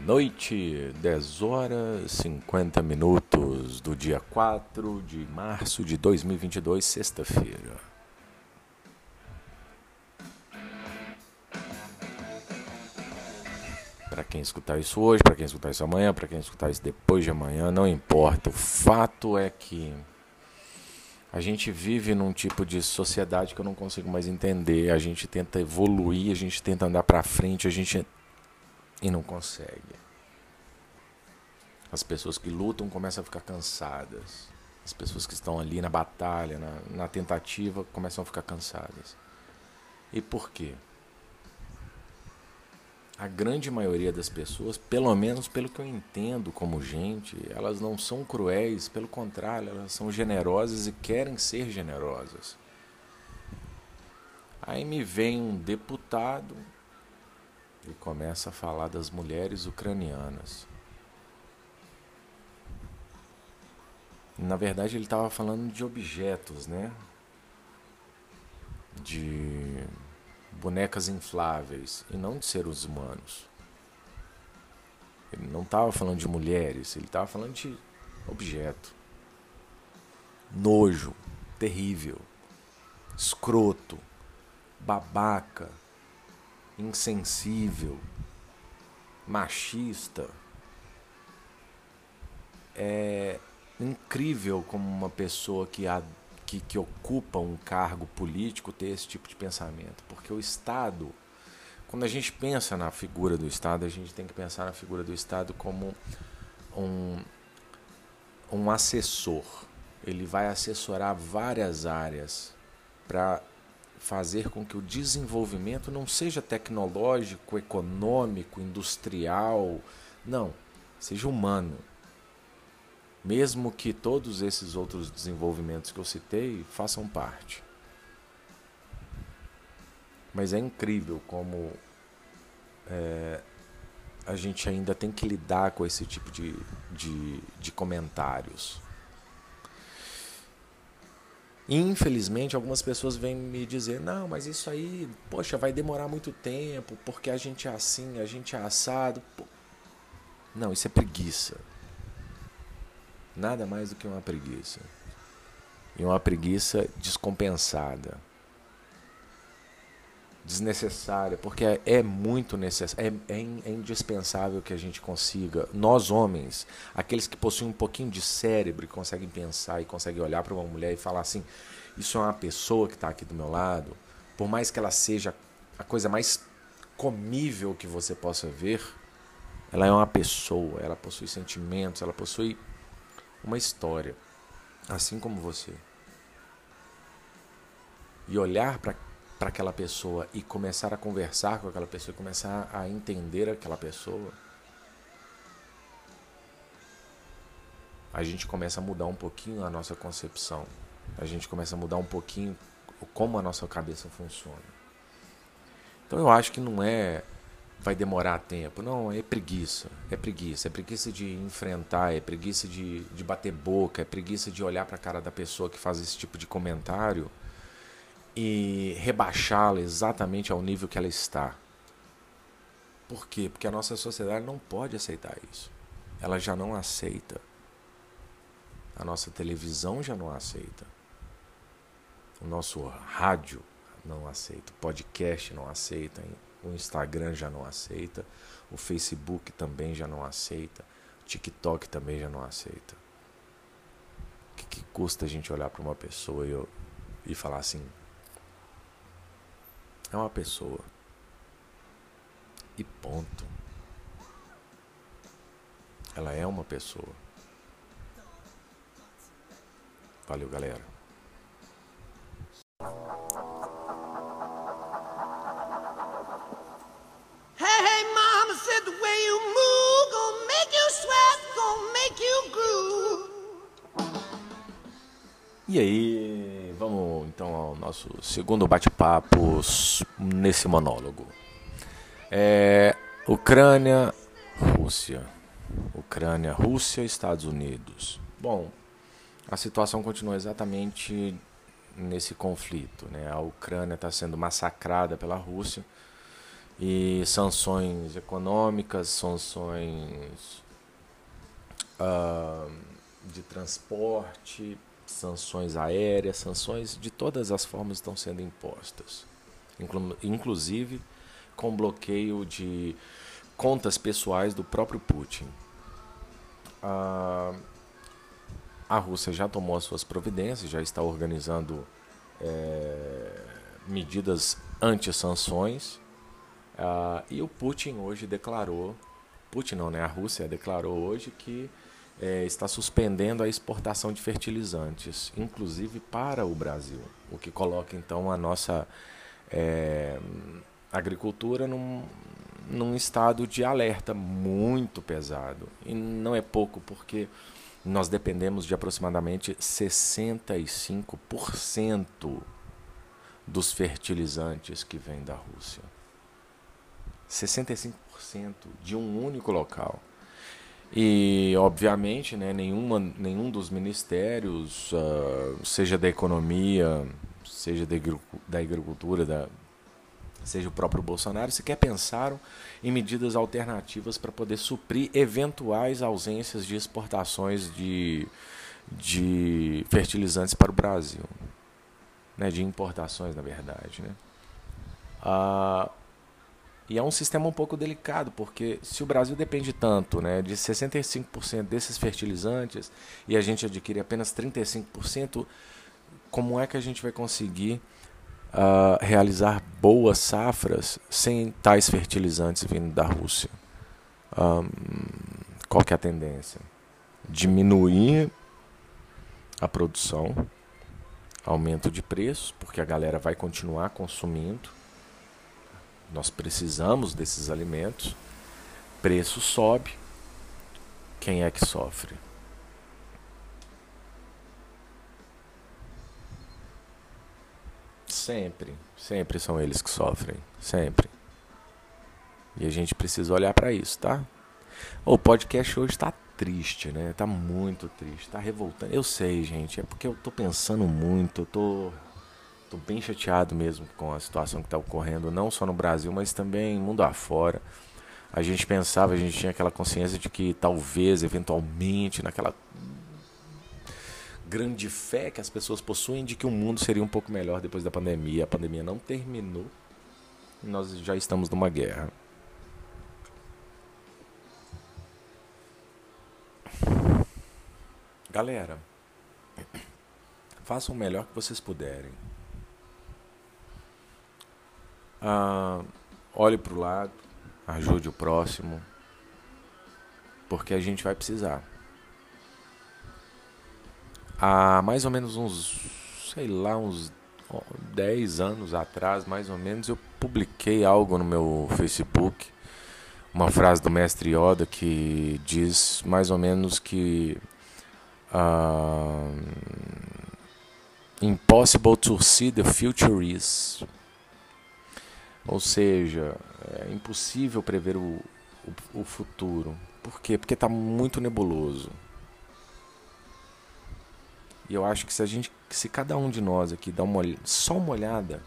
noite, 10 horas 50 minutos do dia 4 de março de 2022, sexta-feira. Para quem escutar isso hoje, para quem escutar isso amanhã, para quem escutar isso depois de amanhã, não importa. O fato é que a gente vive num tipo de sociedade que eu não consigo mais entender. A gente tenta evoluir, a gente tenta andar para frente, e não consegue. As pessoas que lutam começam a ficar cansadas. As pessoas que estão ali na batalha, na tentativa, começam a ficar cansadas. E por quê? A grande maioria das pessoas, pelo menos pelo que eu entendo como gente, elas não são cruéis, pelo contrário, elas são generosas e querem ser generosas. Aí me vem um deputado e começa a falar das mulheres ucranianas. Na verdade, ele estava falando de objetos, né? De bonecas infláveis e não de seres humanos. Ele não estava falando de mulheres, ele estava falando de objeto. Nojo, terrível, escroto, babaca, insensível, machista. É incrível como uma pessoa que ocupa um cargo político ter esse tipo de pensamento. Porque o Estado, quando a gente pensa na figura do Estado, a gente tem que pensar na figura do Estado como um assessor. Ele vai assessorar várias áreas para fazer com que o desenvolvimento não seja tecnológico, econômico, industrial, não, seja humano. Mesmo que todos esses outros desenvolvimentos que eu citei façam parte. Mas é incrível como a gente ainda tem que lidar com esse tipo de comentários. E, infelizmente, algumas pessoas vêm me dizer, não, mas isso aí, poxa, vai demorar muito tempo, porque a gente é assim, a gente é assado. Não, isso é preguiça. Nada mais do que uma preguiça. E uma preguiça descompensada. Desnecessária, porque é muito necessário, é indispensável que a gente consiga, nós homens, aqueles que possuem um pouquinho de cérebro e conseguem pensar e conseguem olhar para uma mulher e falar assim, isso é uma pessoa que está aqui do meu lado, por mais que ela seja a coisa mais comível que você possa ver, ela é uma pessoa, ela possui sentimentos, ela possui uma história, assim como você. E olhar para aquela pessoa e começar a conversar com aquela pessoa, e começar a entender aquela pessoa, a gente começa a mudar um pouquinho a nossa concepção. A gente começa a mudar um pouquinho como a nossa cabeça funciona. Então eu acho que não vai demorar tempo. Não, é preguiça. É preguiça. É preguiça de enfrentar, é preguiça de bater boca, é preguiça de olhar para a cara da pessoa que faz esse tipo de comentário e rebaixá-la exatamente ao nível que ela está. Por quê? Porque a nossa sociedade não pode aceitar isso. Ela já não aceita. A nossa televisão já não aceita. O nosso rádio não aceita. O podcast não aceita. O Instagram já não aceita. O Facebook também já não aceita. O TikTok também já não aceita. O que custa a gente olhar para uma pessoa e falar assim, é uma pessoa. E ponto. Ela é uma pessoa. Valeu, galera. Hey, mama said the way you move gonna make you sweat, gonna make you groove. E aí, vamos então ao nosso segundo bate-papo nesse monólogo. Ucrânia, Rússia. Ucrânia, Rússia, Estados Unidos. Bom, a situação continua exatamente nesse conflito, né? A Ucrânia está sendo massacrada pela Rússia E sanções econômicas, sanções de transporte, sanções aéreas, sanções de todas as formas estão sendo impostas. Inclusive com bloqueio de contas pessoais do próprio Putin. A Rússia já tomou as suas providências, já está organizando medidas anti-sanções. E o Putin hoje declarou, a Rússia declarou hoje que está suspendendo a exportação de fertilizantes, inclusive para o Brasil, o que coloca então a nossa agricultura num estado de alerta muito pesado. E não é pouco, porque nós dependemos de aproximadamente 65% dos fertilizantes que vêm da Rússia. 65% de um único local. E, obviamente, né, nenhum dos ministérios, seja da economia, seja da agricultura, seja o próprio Bolsonaro, sequer pensaram em medidas alternativas para poder suprir eventuais ausências de exportações de fertilizantes para o Brasil. Né, de importações, na verdade. Né? E é um sistema um pouco delicado, porque se o Brasil depende tanto, né, de 65% desses fertilizantes e a gente adquire apenas 35%, como é que a gente vai conseguir realizar boas safras sem tais fertilizantes vindo da Rússia? Qual que é a tendência? Diminuir a produção, aumento de preços, porque a galera vai continuar consumindo. Nós precisamos desses alimentos, preço sobe, quem é que sofre? Sempre são eles que sofrem, sempre. E a gente precisa olhar para isso, tá? O podcast hoje está triste, né? Tá muito triste, tá revoltando. Eu sei, gente, é porque eu tô pensando muito, eu tô bem chateado mesmo com a situação que está ocorrendo, não só no Brasil, mas também mundo afora. A gente tinha aquela consciência de que talvez, eventualmente, naquela grande fé que as pessoas possuem de que o mundo seria um pouco melhor depois da pandemia. A pandemia não terminou e nós já estamos numa guerra. Galera, façam o melhor que vocês puderem. Olhe para o lado, ajude o próximo, porque a gente vai precisar. Há mais ou menos uns 10 anos atrás, mais ou menos, eu publiquei algo no meu Facebook, uma frase do Mestre Yoda que diz mais ou menos que impossible to see the future is. Ou seja, é impossível prever o futuro. Por quê? Porque está muito nebuloso. E eu acho que se cada um de nós aqui dá só uma olhada,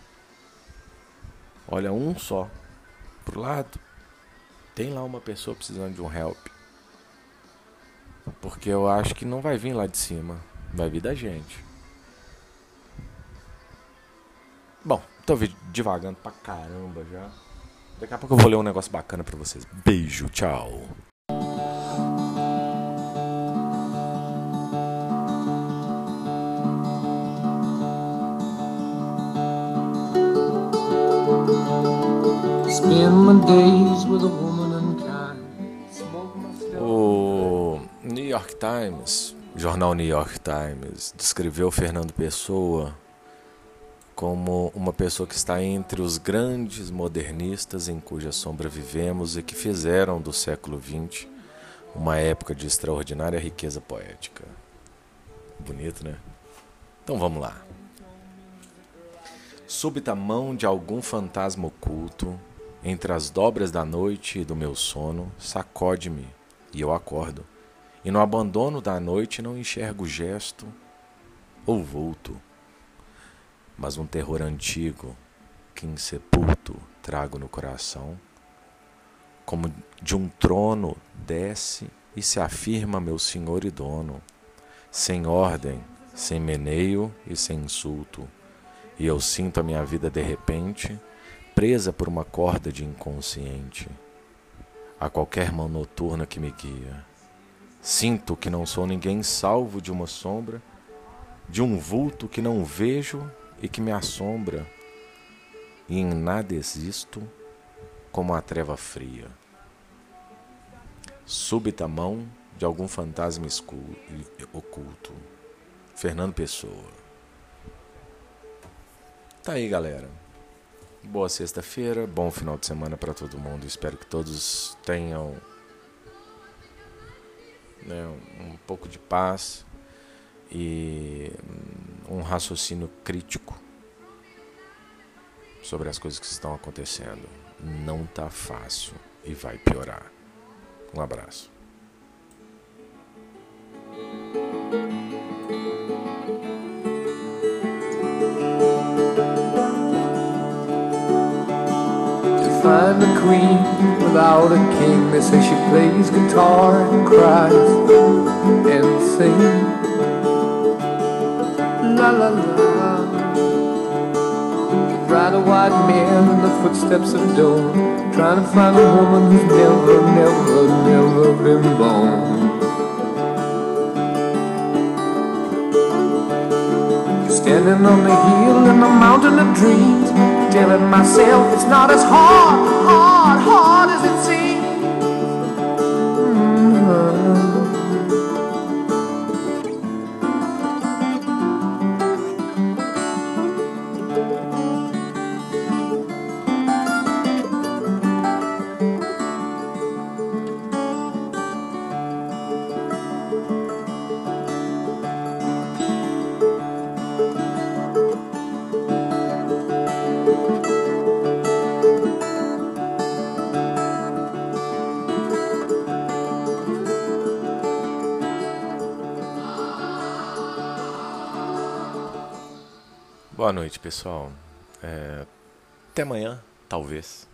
olha um só pro lado, tem lá uma pessoa precisando de um help. Porque eu acho que não vai vir lá de cima, vai vir da gente. Bom, tô divagando pra caramba já. Daqui a pouco eu vou ler um negócio bacana pra vocês. Beijo, tchau. O New York Times, jornal New York Times, descreveu Fernando Pessoa como uma pessoa que está entre os grandes modernistas em cuja sombra vivemos e que fizeram do século XX uma época de extraordinária riqueza poética. Bonito, né? Então vamos lá. Súbita mão de algum fantasma oculto, entre as dobras da noite e do meu sono, sacode-me e eu acordo. E no abandono da noite não enxergo gesto ou vulto, mas um terror antigo que insepulto trago no coração. Como de um trono desce e se afirma meu senhor e dono, sem ordem, sem meneio e sem insulto. E eu sinto a minha vida de repente, presa por uma corda de inconsciente, a qualquer mão noturna que me guia. Sinto que não sou ninguém salvo de uma sombra, de um vulto que não vejo e que me assombra, e em nada existo como a treva fria. Súbita mão de algum fantasma escuro e oculto. Fernando Pessoa. Tá aí, galera. Boa sexta-feira, bom final de semana para todo mundo. Espero que todos tenham, né, um pouco de paz e um raciocínio crítico sobre as coisas que estão acontecendo. Não tá fácil e vai piorar. Um abraço. Find a queen without a king. They say she plays guitar and cries and sings. La la la. Ride a white mare in the footsteps of dawn, trying to find a woman who's never, never, never been born. Standing on the hill in the mountain of dreams, telling myself it's not as hard as it seems. Boa noite, pessoal. Até amanhã, talvez.